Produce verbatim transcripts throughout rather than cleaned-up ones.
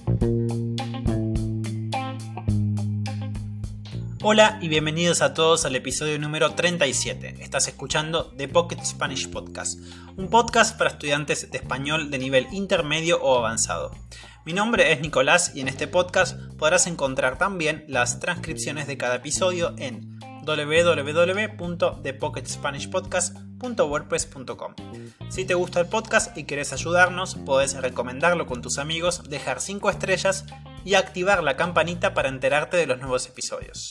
Hola y bienvenidos a todos al episodio número treinta y siete. Estás escuchando The Pocket Spanish Podcast, un podcast para estudiantes de español de nivel intermedio o avanzado. Mi nombre es Nicolás y en este podcast podrás encontrar también las transcripciones de cada episodio en w w w punto the pocket spanish podcast punto wordpress punto com. Si te gusta el podcast y quieres ayudarnos, podés recomendarlo con tus amigos, dejar cinco estrellas y activar la campanita para enterarte de los nuevos episodios.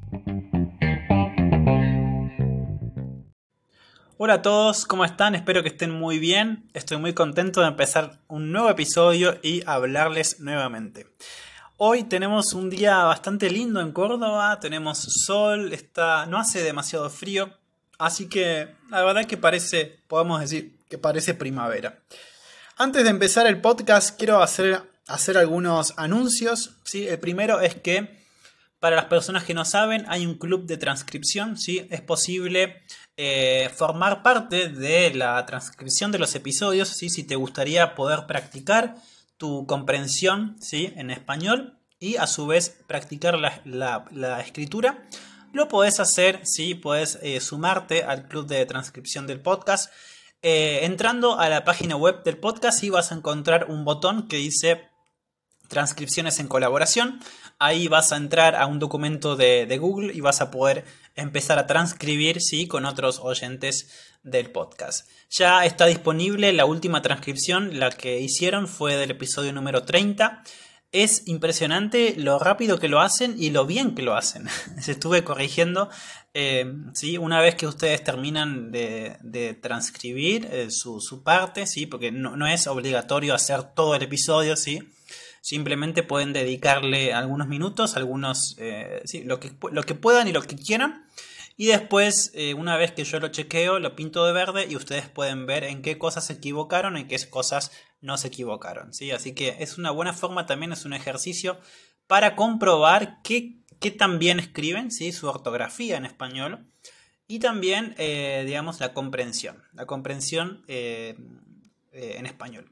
Hola a todos, ¿cómo están? Espero que estén muy bien. Estoy muy contento de empezar un nuevo episodio y hablarles nuevamente. Hoy tenemos un día bastante lindo en Córdoba, tenemos sol, está, no hace demasiado frío, así que la verdad que parece, podemos decir que parece primavera. Antes de empezar el podcast quiero hacer, hacer algunos anuncios, ¿sí? El primero es que para las personas que no saben hay un club de transcripción, ¿sí? Es posible eh, formar parte de la transcripción de los episodios, ¿sí? Si te gustaría poder practicar tu comprensión, ¿sí? En español y a su vez practicar la, la, la escritura, lo podés hacer, ¿sí? Podés eh, sumarte al club de transcripción del podcast eh, entrando a la página web del podcast y vas a encontrar un botón que dice transcripciones en colaboración. Ahí vas a entrar a un documento de, de Google y vas a poder empezar a transcribir, ¿sí? Con otros oyentes del podcast. Ya está disponible la última transcripción, la que hicieron fue del episodio número treinta. Es impresionante lo rápido que lo hacen y lo bien que lo hacen. Se estuve corrigiendo. Eh, ¿sí? Una vez que ustedes terminan de, de transcribir eh, su, su parte, ¿sí? Porque no, no es obligatorio hacer todo el episodio, ¿sí? Simplemente pueden dedicarle algunos minutos, algunos, eh, sí, lo que, lo que puedan y lo que quieran. Y después, eh, una vez que yo lo chequeo, lo pinto de verde y ustedes pueden ver en qué cosas se equivocaron y en qué cosas no se equivocaron, ¿sí? Así que es una buena forma, también es un ejercicio para comprobar qué, qué tan bien escriben, ¿sí? Su ortografía en español y también, eh, digamos, la comprensión. La comprensión eh, eh, en español.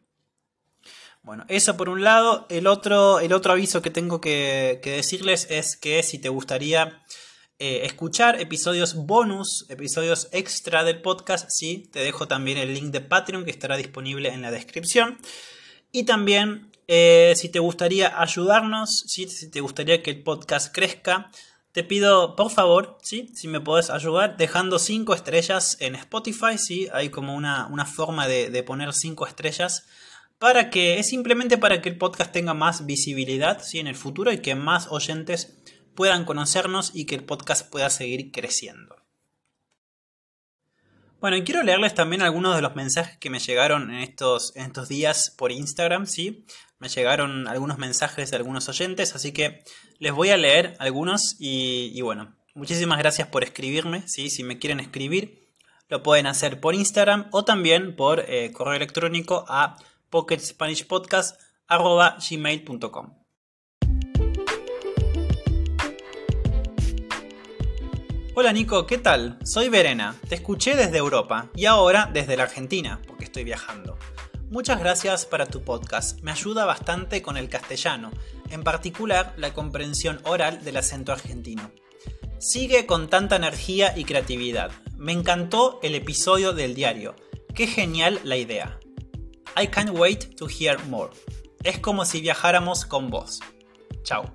Bueno, eso por un lado. El otro, el otro aviso que tengo que, que decirles es que si te gustaría eh, escuchar episodios bonus, episodios extra del podcast, sí, te dejo también el link de Patreon que estará disponible en la descripción. Y también eh, si te gustaría ayudarnos, ¿sí? Si te gustaría que el podcast crezca, te pido por favor, ¿sí? Si me podés ayudar dejando cinco estrellas en Spotify, ¿sí? Hay como una, una forma de, de poner cinco estrellas. Para que, es simplemente para que el podcast tenga más visibilidad, ¿sí? En el futuro y que más oyentes puedan conocernos y que el podcast pueda seguir creciendo. Bueno, y quiero leerles también algunos de los mensajes que me llegaron en estos, en estos días por Instagram, ¿sí? Me llegaron algunos mensajes de algunos oyentes, así que les voy a leer algunos y, y bueno, muchísimas gracias por escribirme, ¿sí? Si me quieren escribir, lo pueden hacer por Instagram o también por eh, correo electrónico a pocket spanish podcast arroba gmail punto com. Hola Nico, ¿qué tal? Soy Verena, te escuché desde Europa y ahora desde la Argentina, porque estoy viajando. Muchas gracias para tu podcast, me ayuda bastante con el castellano, en particular la comprensión oral del acento argentino. Sigue con tanta energía y creatividad, me encantó el episodio del diario, qué genial la idea. I can't wait to hear more. Es como si viajáramos con vos. Chao.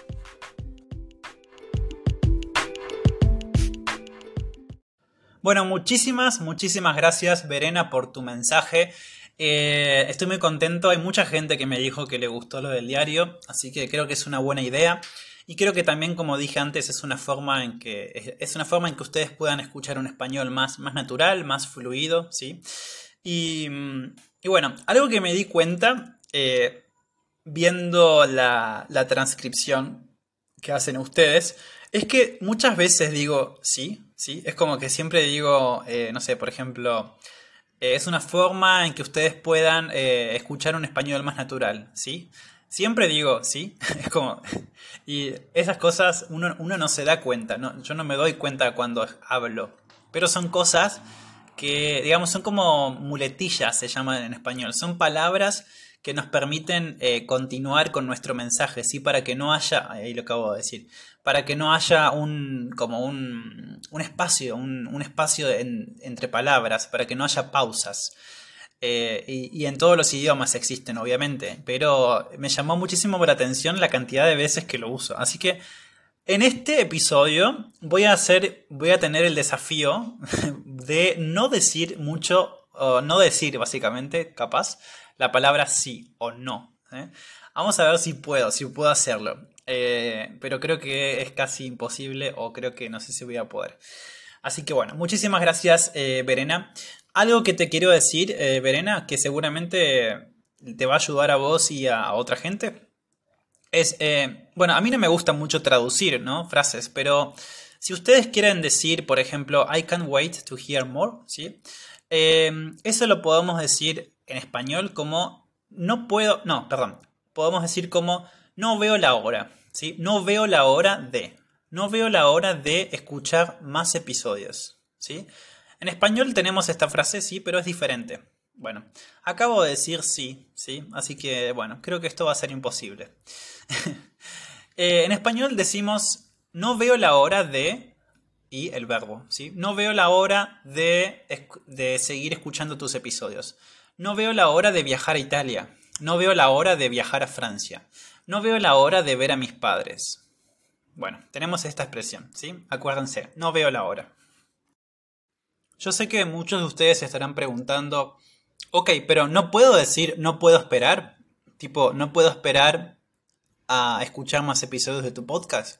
Bueno, muchísimas, muchísimas gracias, Verena, por tu mensaje. Eh, estoy muy contento. Hay mucha gente que me dijo que le gustó lo del diario, así que creo que es una buena idea. Y creo que también, como dije antes, es una forma en que es una forma en que ustedes puedan escuchar un español más, más natural, más fluido, ¿sí? Y, y bueno, algo que me di cuenta eh, viendo la, la transcripción que hacen ustedes es que muchas veces digo sí, sí, es como que siempre digo, eh, no sé, por ejemplo, eh, es una forma en que ustedes puedan eh, escuchar un español más natural, ¿sí? Siempre digo sí, es como... Y esas cosas uno, uno no se da cuenta, ¿no? Yo no me doy cuenta cuando hablo, pero son cosas que, digamos, son como muletillas, se llaman en español. Son palabras que nos permiten eh, continuar con nuestro mensaje, ¿sí? Para que no haya, ahí lo acabo de decir, para que no haya un, como un, un espacio, un, un espacio en, entre palabras, para que no haya pausas. Eh, y, y en todos los idiomas existen, obviamente, pero me llamó muchísimo la atención la cantidad de veces que lo uso. Así que en este episodio voy a hacer, voy a tener el desafío de no decir mucho, o no decir básicamente, capaz, la palabra sí o no. ¿eh? Vamos a ver si puedo, si puedo hacerlo. Eh, pero creo que es casi imposible o creo que no sé si voy a poder. Así que bueno, muchísimas gracias, eh, Verena. Algo que te quiero decir, eh, Verena, que seguramente te va a ayudar a vos y a, a otra gente. Es, eh, bueno, a mí no me gusta mucho traducir, ¿no? Frases, pero si ustedes quieren decir, por ejemplo, I can't wait to hear more, ¿sí? Eh, eso lo podemos decir en español como no puedo, no, perdón, podemos decir como no veo la hora, ¿sí? No veo la hora de, no veo la hora de escuchar más episodios, ¿sí? En español tenemos esta frase, sí, pero es diferente. Bueno, acabo de decir sí, ¿sí? Así que, bueno, creo que esto va a ser imposible. eh, en español decimos no veo la hora de y el verbo, ¿sí? No veo la hora de, de seguir escuchando tus episodios. No veo la hora de viajar a Italia. No veo la hora de viajar a Francia. No veo la hora de ver a mis padres. Bueno, tenemos esta expresión, ¿sí? Acuérdense, no veo la hora. Yo sé que muchos de ustedes se estarán preguntando, ok, pero no puedo decir no puedo esperar. Tipo, no puedo esperar a escuchar más episodios de tu podcast.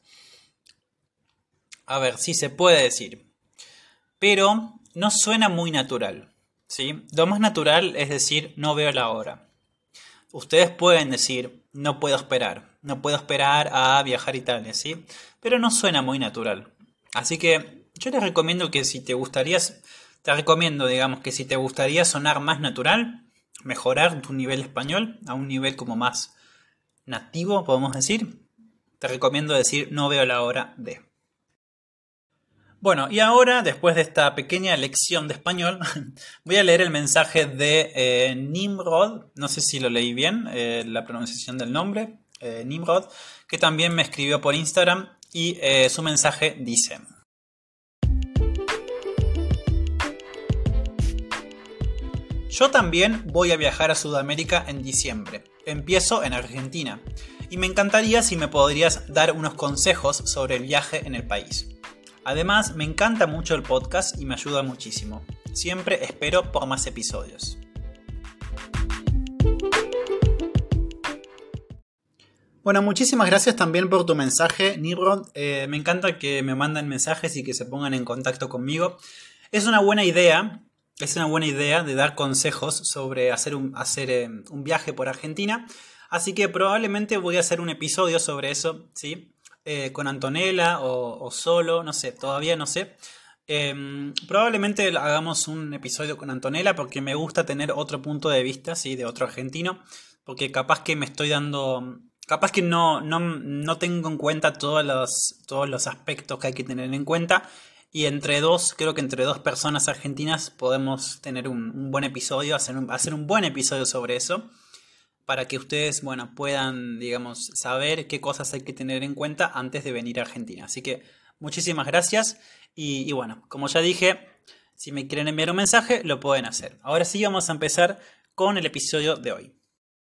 A ver, sí se puede decir, pero no suena muy natural, ¿sí? Lo más natural es decir no veo la hora. Ustedes pueden decir no puedo esperar, no puedo esperar a viajar a Italia, ¿sí? Pero no suena muy natural. Así que yo les recomiendo que si te gustaría, te recomiendo, digamos, que si te gustaría sonar más natural, mejorar tu nivel español a un nivel como más nativo, podemos decir, te recomiendo decir no veo la hora de. Bueno, y ahora, después de esta pequeña lección de español, voy a leer el mensaje de eh, Nimrod, no sé si lo leí bien, eh, la pronunciación del nombre, eh, Nimrod, que también me escribió por Instagram y eh, su mensaje dice: Yo también voy a viajar a Sudamérica en diciembre. Empiezo en Argentina. Y me encantaría si me podrías dar unos consejos sobre el viaje en el país. Además, me encanta mucho el podcast y me ayuda muchísimo. Siempre espero por más episodios. Bueno, muchísimas gracias también por tu mensaje, Nimrod. Eh, me encanta que me manden mensajes y que se pongan en contacto conmigo. Es una buena idea. Es una buena idea de dar consejos sobre hacer un, hacer, eh, un viaje por Argentina. Así que probablemente voy a hacer un episodio sobre eso, ¿sí? Eh, con Antonella o, o solo, no sé, todavía no sé. Eh, probablemente hagamos un episodio con Antonella porque me gusta tener otro punto de vista, ¿sí? De otro argentino. Porque capaz que me estoy dando... Capaz que no, no, no tengo en cuenta todos los, todos los aspectos que hay que tener en cuenta. Y entre dos, creo que entre dos personas argentinas podemos tener un, un buen episodio, hacer un, hacer un buen episodio sobre eso, para que ustedes, bueno, puedan, digamos, saber qué cosas hay que tener en cuenta antes de venir a Argentina. Así que muchísimas gracias y, y bueno, como ya dije, si me quieren enviar un mensaje, lo pueden hacer. Ahora sí vamos a empezar con el episodio de hoy.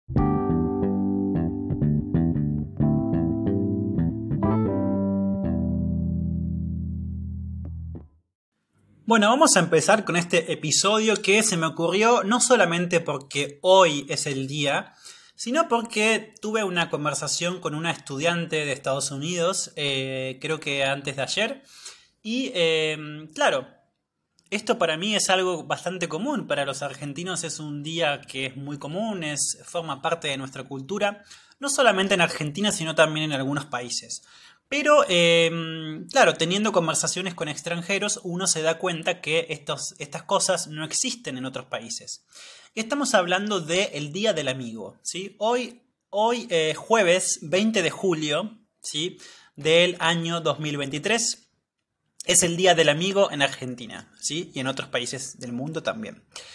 Bueno, vamos a empezar con este episodio que se me ocurrió no solamente porque hoy es el día, sino porque tuve una conversación con una estudiante de Estados Unidos, eh, creo que antes de ayer, y eh, claro, esto para mí es algo bastante común, para los argentinos es un día que es muy común, es, forma parte de nuestra cultura, no solamente en Argentina, sino también en algunos países. Pero, eh, claro, teniendo conversaciones con extranjeros, uno se da cuenta que estos, estas cosas no existen en otros países. Estamos hablando del Día del Amigo, ¿sí? Hoy, hoy eh, jueves veinte de julio, ¿sí? Del año dos mil veintitrés, es el Día del Amigo en Argentina, ¿sí? Y en otros países del mundo también.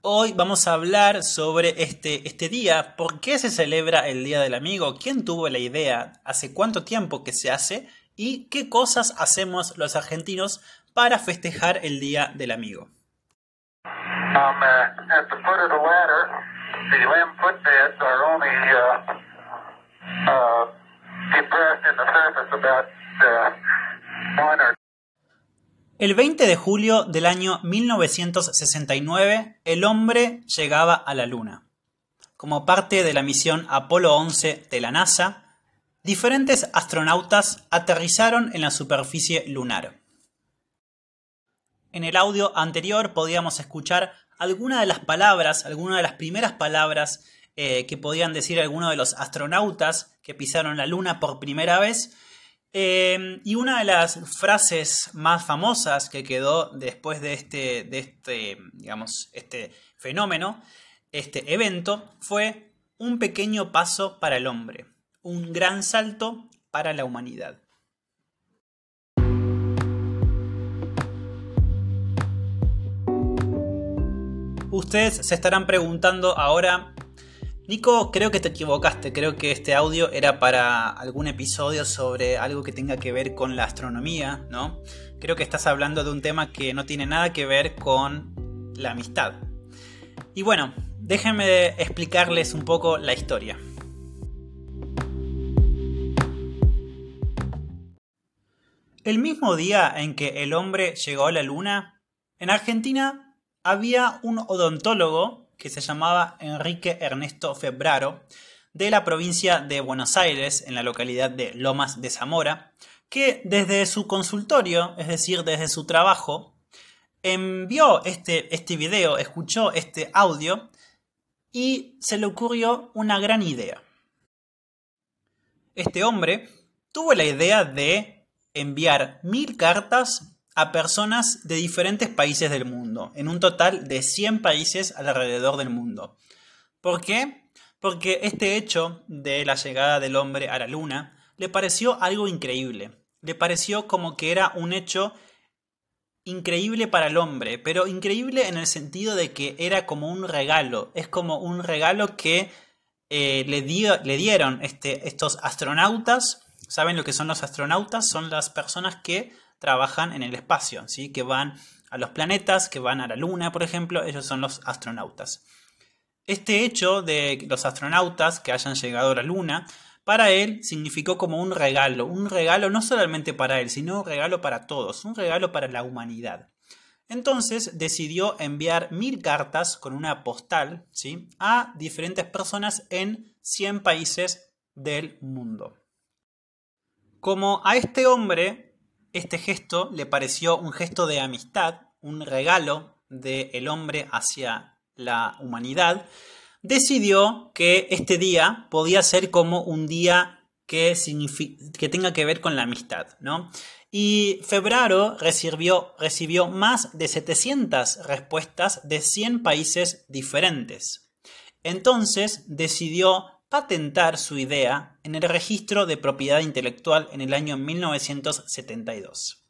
Hoy vamos a hablar sobre este, este día, por qué se celebra el Día del Amigo, quién tuvo la idea, hace cuánto tiempo que se hace y qué cosas hacemos los argentinos para festejar el Día del Amigo. Um, uh, at the foot of the ladder, the limb footbeds are only uh, uh, depressed in the surface about uh, one or El veinte de julio del año mil novecientos sesenta y nueve, el hombre llegaba a la Luna. Como parte de la misión Apolo once de la NASA, diferentes astronautas aterrizaron en la superficie lunar. En el audio anterior podíamos escuchar algunas de las palabras, algunas de las primeras palabras eh, que podían decir algunos de los astronautas que pisaron la Luna por primera vez. Eh, y una de las frases más famosas que quedó después de este, de este, digamos, este fenómeno, este evento, fue un pequeño paso para el hombre, un gran salto para la humanidad. Ustedes se estarán preguntando ahora, Nico, creo que te equivocaste, creo que este audio era para algún episodio sobre algo que tenga que ver con la astronomía, ¿no? Creo que estás hablando de un tema que no tiene nada que ver con la amistad. Y bueno, déjenme explicarles un poco la historia. El mismo día en que el hombre llegó a la Luna, en Argentina había un odontólogo que se llamaba Enrique Ernesto Febraro, de la provincia de Buenos Aires, en la localidad de Lomas de Zamora, que desde su consultorio, es decir, desde su trabajo, envió este, este video, escuchó este audio y se le ocurrió una gran idea. Este hombre tuvo la idea de enviar mil cartas a personas de diferentes países del mundo, en un total de cien países alrededor del mundo. ¿Por qué? Porque este hecho de la llegada del hombre a la Luna le pareció algo increíble. Le pareció como que era un hecho increíble para el hombre, pero increíble en el sentido de que era como un regalo. Es como un regalo que eh, le, dio, le dieron este, estos astronautas. ¿Saben lo que son los astronautas? Son las personas que trabajan en el espacio, ¿sí? Que van a los planetas, que van a la Luna, por ejemplo, ellos son los astronautas. Este hecho de los astronautas que hayan llegado a la Luna, para él significó como un regalo, un regalo no solamente para él, sino un regalo para todos, un regalo para la humanidad. Entonces decidió enviar mil cartas con una postal, ¿sí? A diferentes personas en cien países del mundo. Como a este hombre este gesto le pareció un gesto de amistad, un regalo del hombre hacia la humanidad, decidió que este día podía ser como un día que, que tenga que ver con la amistad, ¿no? Y Febraro recibió, recibió más de setecientas respuestas de cien países diferentes. Entonces decidió patentar su idea en el registro de propiedad intelectual en el año mil novecientos setenta y dos.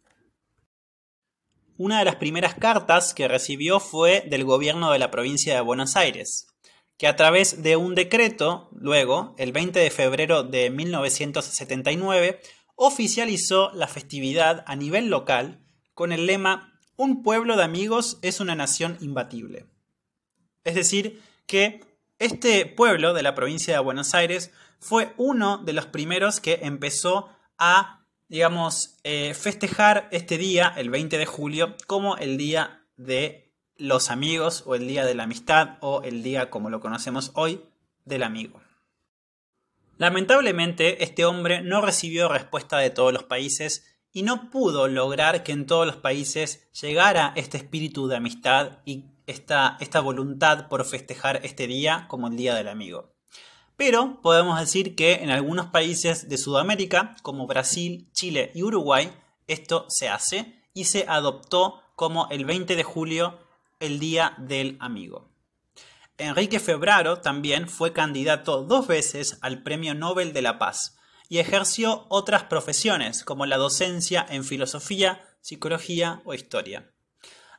Una de las primeras cartas que recibió fue del gobierno de la provincia de Buenos Aires, que a través de un decreto, luego, el veinte de febrero de mil novecientos setenta y nueve, oficializó la festividad a nivel local con el lema «Un pueblo de amigos es una nación imbatible». Es decir, que este pueblo de la provincia de Buenos Aires fue uno de los primeros que empezó a, digamos, eh, festejar este día, el veinte de julio, como el Día de los Amigos o el Día de la Amistad o el día, como lo conocemos hoy, del amigo. Lamentablemente, este hombre no recibió respuesta de todos los países y no pudo lograr que en todos los países llegara este espíritu de amistad y esta, esta voluntad por festejar este día como el Día del Amigo. Pero podemos decir que en algunos países de Sudamérica, como Brasil, Chile y Uruguay, esto se hace y se adoptó como el veinte de julio el Día del Amigo. Enrique Febraro también fue candidato dos veces al Premio Nobel de la Paz y ejerció otras profesiones como la docencia en filosofía, psicología o historia.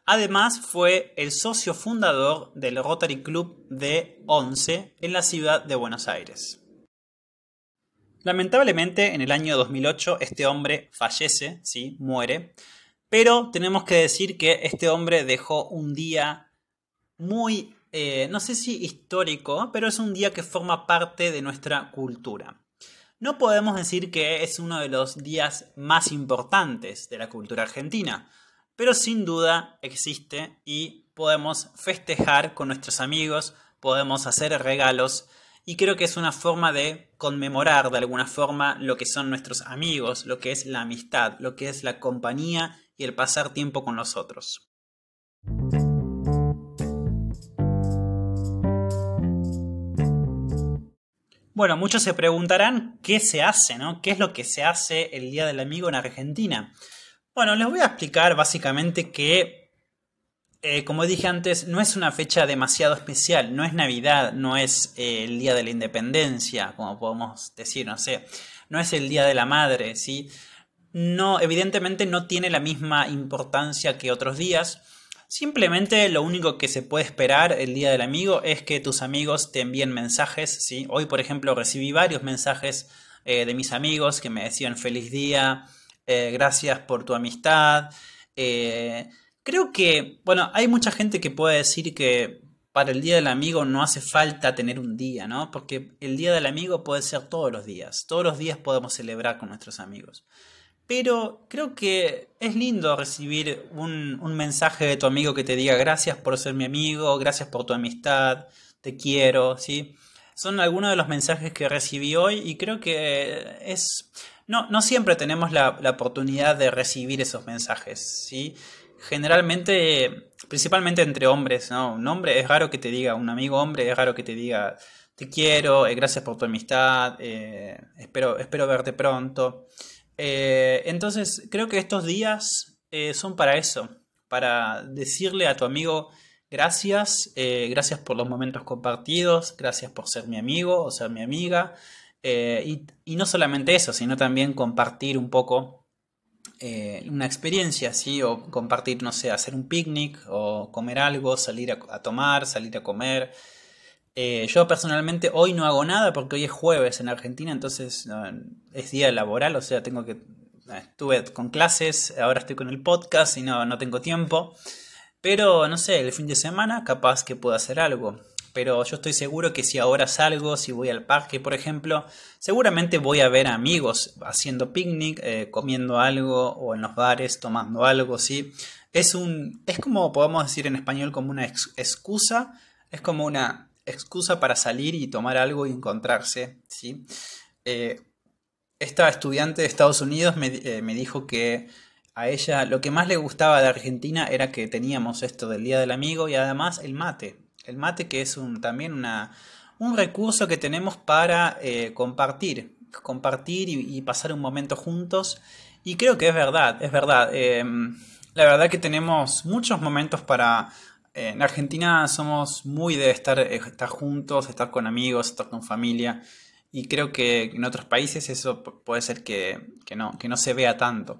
Además, fue el socio fundador del Rotary Club de Once en la ciudad de Buenos Aires. Lamentablemente, en el año dos mil ocho, este hombre fallece, ¿sí? Muere. Pero tenemos que decir que este hombre dejó un día muy, eh, no sé si histórico, pero es un día que forma parte de nuestra cultura. No podemos decir que es uno de los días más importantes de la cultura argentina, pero sin duda existe y podemos festejar con nuestros amigos, podemos hacer regalos y creo que es una forma de conmemorar de alguna forma lo que son nuestros amigos, lo que es la amistad, lo que es la compañía y el pasar tiempo con los otros. Bueno, muchos se preguntarán qué se hace, ¿no? ¿Qué es lo que se hace el Día del Amigo en Argentina? Bueno, les voy a explicar básicamente que, eh, como dije antes, no es una fecha demasiado especial, no es Navidad, no es eh, el Día de la Independencia, como podemos decir, no sé, no es el Día de la Madre, ¿sí? No, evidentemente no tiene la misma importancia que otros días. Simplemente lo único que se puede esperar el Día del Amigo es que tus amigos te envíen mensajes, ¿sí? Hoy, por ejemplo, recibí varios mensajes eh, de mis amigos que me decían feliz día, eh, gracias por tu amistad. Eh, creo que, bueno, hay mucha gente que puede decir que para el Día del Amigo no hace falta tener un día, ¿no? Porque el Día del Amigo puede ser todos los días. Todos los días podemos celebrar con nuestros amigos. Pero creo que es lindo recibir un, un mensaje de tu amigo que te diga gracias por ser mi amigo, gracias por tu amistad, te quiero, ¿sí? Son algunos de los mensajes que recibí hoy y creo que es... No, no siempre tenemos la, la oportunidad de recibir esos mensajes, ¿sí? Generalmente, principalmente entre hombres, ¿no? Un hombre es raro que te diga, un amigo hombre es raro que te diga te quiero, eh, gracias por tu amistad, eh, espero, espero verte pronto. Eh, entonces creo que estos días eh, son para eso, para decirle a tu amigo gracias, eh, gracias por los momentos compartidos, gracias por ser mi amigo o ser mi amiga, eh, y, y no solamente eso, sino también compartir un poco eh, una experiencia, ¿sí? O compartir, no sé, hacer un picnic o comer algo, salir a, a tomar, salir a comer. Eh, yo personalmente hoy no hago nada porque hoy es jueves en Argentina, entonces no, es día laboral, o sea, tengo que... Estuve con clases, ahora estoy con el podcast y no, no tengo tiempo. Pero, no sé, el fin de semana capaz que puedo hacer algo. Pero yo estoy seguro que si ahora salgo, si voy al parque, por ejemplo, seguramente voy a ver amigos haciendo picnic, eh, comiendo algo o en los bares tomando algo, ¿sí? Es un, es como podemos decir en español como una ex- excusa, es como una... excusa para salir y tomar algo y encontrarse, ¿sí? Eh, esta estudiante de Estados Unidos me, eh, me dijo que a ella lo que más le gustaba de Argentina era que teníamos esto del Día del Amigo y además el mate. El mate que es un, también una, un recurso que tenemos para eh, compartir, compartir y, y pasar un momento juntos. Y creo que es verdad, es verdad. Eh, la verdad que tenemos muchos momentos para... En Argentina somos muy de estar, estar juntos, estar con amigos, estar con familia. Y creo que en otros países eso puede ser que, que, no, que no se vea tanto.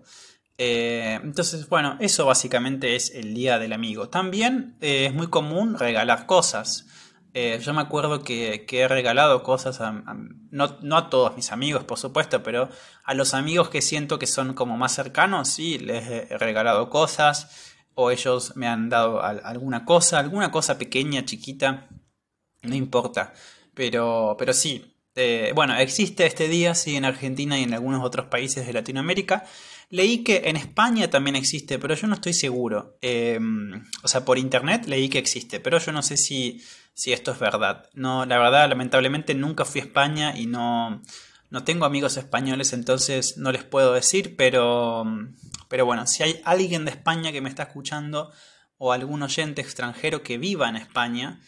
Eh, entonces, bueno, eso básicamente es el Día del Amigo. También eh, es muy común regalar cosas. Eh, yo me acuerdo que, que he regalado cosas, a, a, no, no a todos mis amigos, por supuesto, pero a los amigos que siento que son como más cercanos, sí, les he regalado cosas. O ellos me han dado alguna cosa, alguna cosa pequeña, chiquita, no importa. Pero, pero sí, eh, bueno, existe este día, sí, en Argentina y en algunos otros países de Latinoamérica. Leí que en España también existe, pero yo no estoy seguro. Eh, o sea, por internet leí que existe, pero yo no sé si, si esto es verdad. No, la verdad, lamentablemente nunca fui a España y no, no tengo amigos españoles, entonces no les puedo decir, pero... Pero bueno, si hay alguien de España que me está escuchando o algún oyente extranjero que viva en España,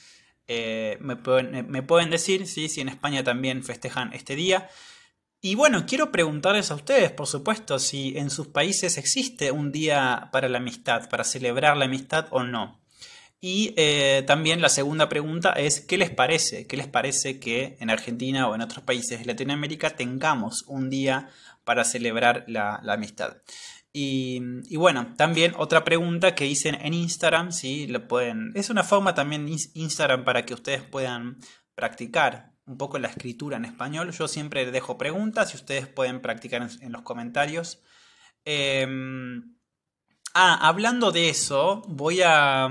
eh, me, pueden, me pueden decir, ¿sí? Si en España también festejan este día. Y bueno, quiero preguntarles a ustedes, por supuesto, si en sus países existe un día para la amistad, para celebrar la amistad o no. Y eh, también la segunda pregunta es, ¿qué les parece? ¿Qué les parece que en Argentina o en otros países de Latinoamérica tengamos un día para celebrar la, la amistad? Y, y bueno, también otra pregunta que hice en Instagram, ¿sí? Lo pueden, es una forma también Instagram para que ustedes puedan practicar un poco la escritura en español. Yo siempre dejo preguntas y ustedes pueden practicar en, en los comentarios. Eh, ah, hablando de eso, voy a,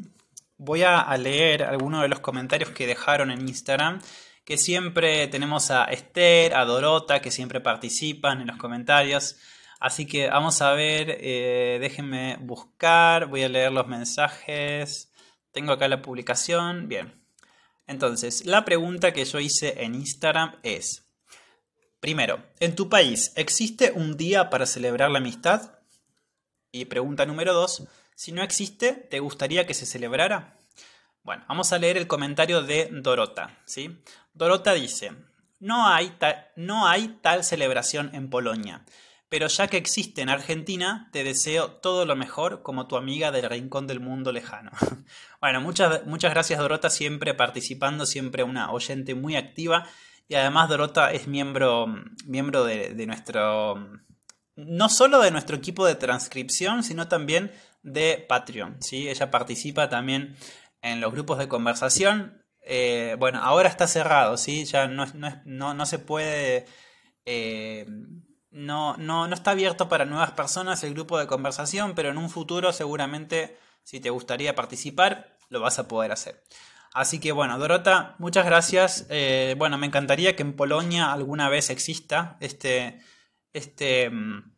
voy a leer algunos de los comentarios que dejaron en Instagram. Que siempre tenemos a Esther, a Dorota, que siempre participan en los comentarios. Así que vamos a ver, eh, déjenme buscar, voy a leer los mensajes. Tengo acá la publicación, bien. Entonces, la pregunta que yo hice en Instagram es: primero, ¿en tu país existe un día para celebrar la amistad? Y pregunta número dos, si no existe, ¿te gustaría que se celebrara? Bueno, vamos a leer el comentario de Dorota, ¿sí? Dorota dice: no hay, ta- no hay tal celebración en Polonia. Pero ya que existe en Argentina, te deseo todo lo mejor como tu amiga del rincón del mundo lejano. Bueno, muchas, muchas gracias Dorota, siempre participando, siempre una oyente muy activa. Y además Dorota es miembro, miembro de, de nuestro, no solo de nuestro equipo de transcripción, sino también de Patreon, ¿sí? Ella participa también en los grupos de conversación. Eh, bueno, ahora está cerrado, ¿sí? Ya no, no, no, no se puede... Eh, No, no, no está abierto para nuevas personas el grupo de conversación, pero en un futuro seguramente si te gustaría participar lo vas a poder hacer. Así que bueno, Dorota, muchas gracias. Eh, bueno, me encantaría que en Polonia alguna vez exista este, este,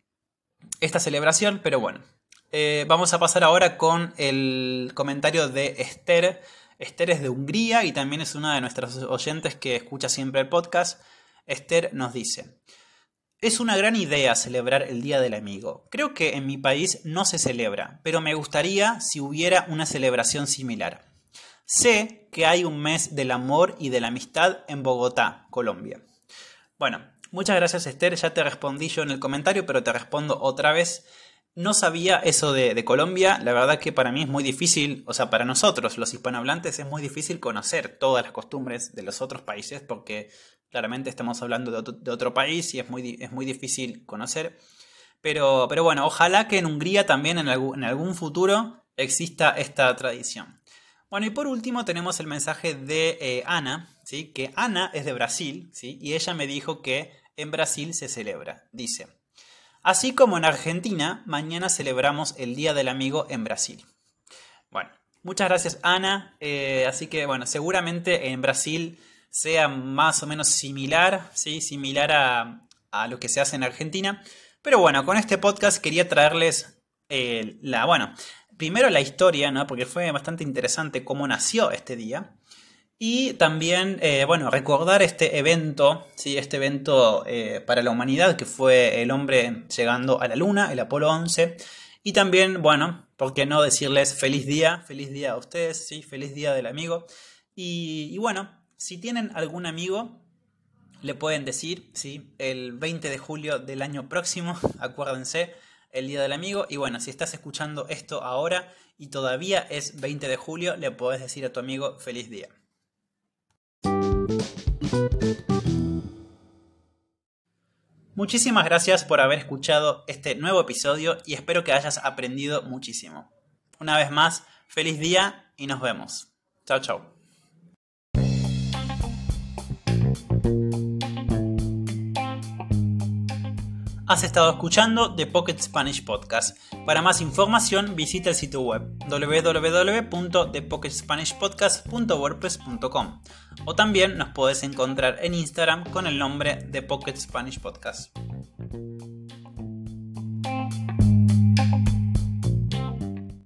esta celebración, pero bueno. Eh, vamos a pasar ahora con el comentario de Esther. Esther es de Hungría y también es una de nuestras oyentes que escucha siempre el podcast. Esther nos dice: es una gran idea celebrar el Día del Amigo. Creo que en mi país no se celebra, pero me gustaría si hubiera una celebración similar. Sé que hay un mes del amor y de la amistad en Bogotá, Colombia. Bueno, muchas gracias Esther, ya te respondí yo en el comentario, pero te respondo otra vez. No sabía eso de, de Colombia, la verdad que para mí es muy difícil, o sea, para nosotros los hispanohablantes es muy difícil conocer todas las costumbres de los otros países porque claramente estamos hablando de otro, de otro país y es muy, es muy difícil conocer. Pero, pero bueno, ojalá que en Hungría también en algún, en algún futuro exista esta tradición. Bueno, y por último tenemos el mensaje de eh, Ana, ¿sí? Que Ana es de Brasil, ¿sí? Y ella me dijo que en Brasil se celebra. Dice: así como en Argentina, mañana celebramos el Día del Amigo en Brasil. Bueno, muchas gracias Ana. Eh, así que bueno, seguramente en Brasil sea más o menos similar, ¿sí? Similar a, a lo que se hace en Argentina. Pero bueno, con este podcast quería traerles eh, la, bueno, primero la historia, ¿no? Porque fue bastante interesante cómo nació este día. Y también, eh, bueno, recordar este evento, ¿sí? Este evento eh, para la humanidad que fue el hombre llegando a la luna, el Apolo once. Y también, bueno, ¿por qué no decirles feliz día? Feliz día a ustedes, ¿sí? Feliz día del amigo. Y, y bueno, si tienen algún amigo, le pueden decir, ¿sí? El veinte de julio del año próximo, acuérdense, el Día del Amigo. Y bueno, si estás escuchando esto ahora y todavía es veinte de julio, le podés decir a tu amigo feliz día. Muchísimas gracias por haber escuchado este nuevo episodio y espero que hayas aprendido muchísimo. Una vez más, feliz día y nos vemos. Chao, chao. Has estado escuchando The Pocket Spanish Podcast. Para más información visita el sitio web doble u doble u doble u punto the pocket spanish podcast punto wordpress punto com o también nos podés encontrar en Instagram con el nombre The Pocket Spanish Podcast.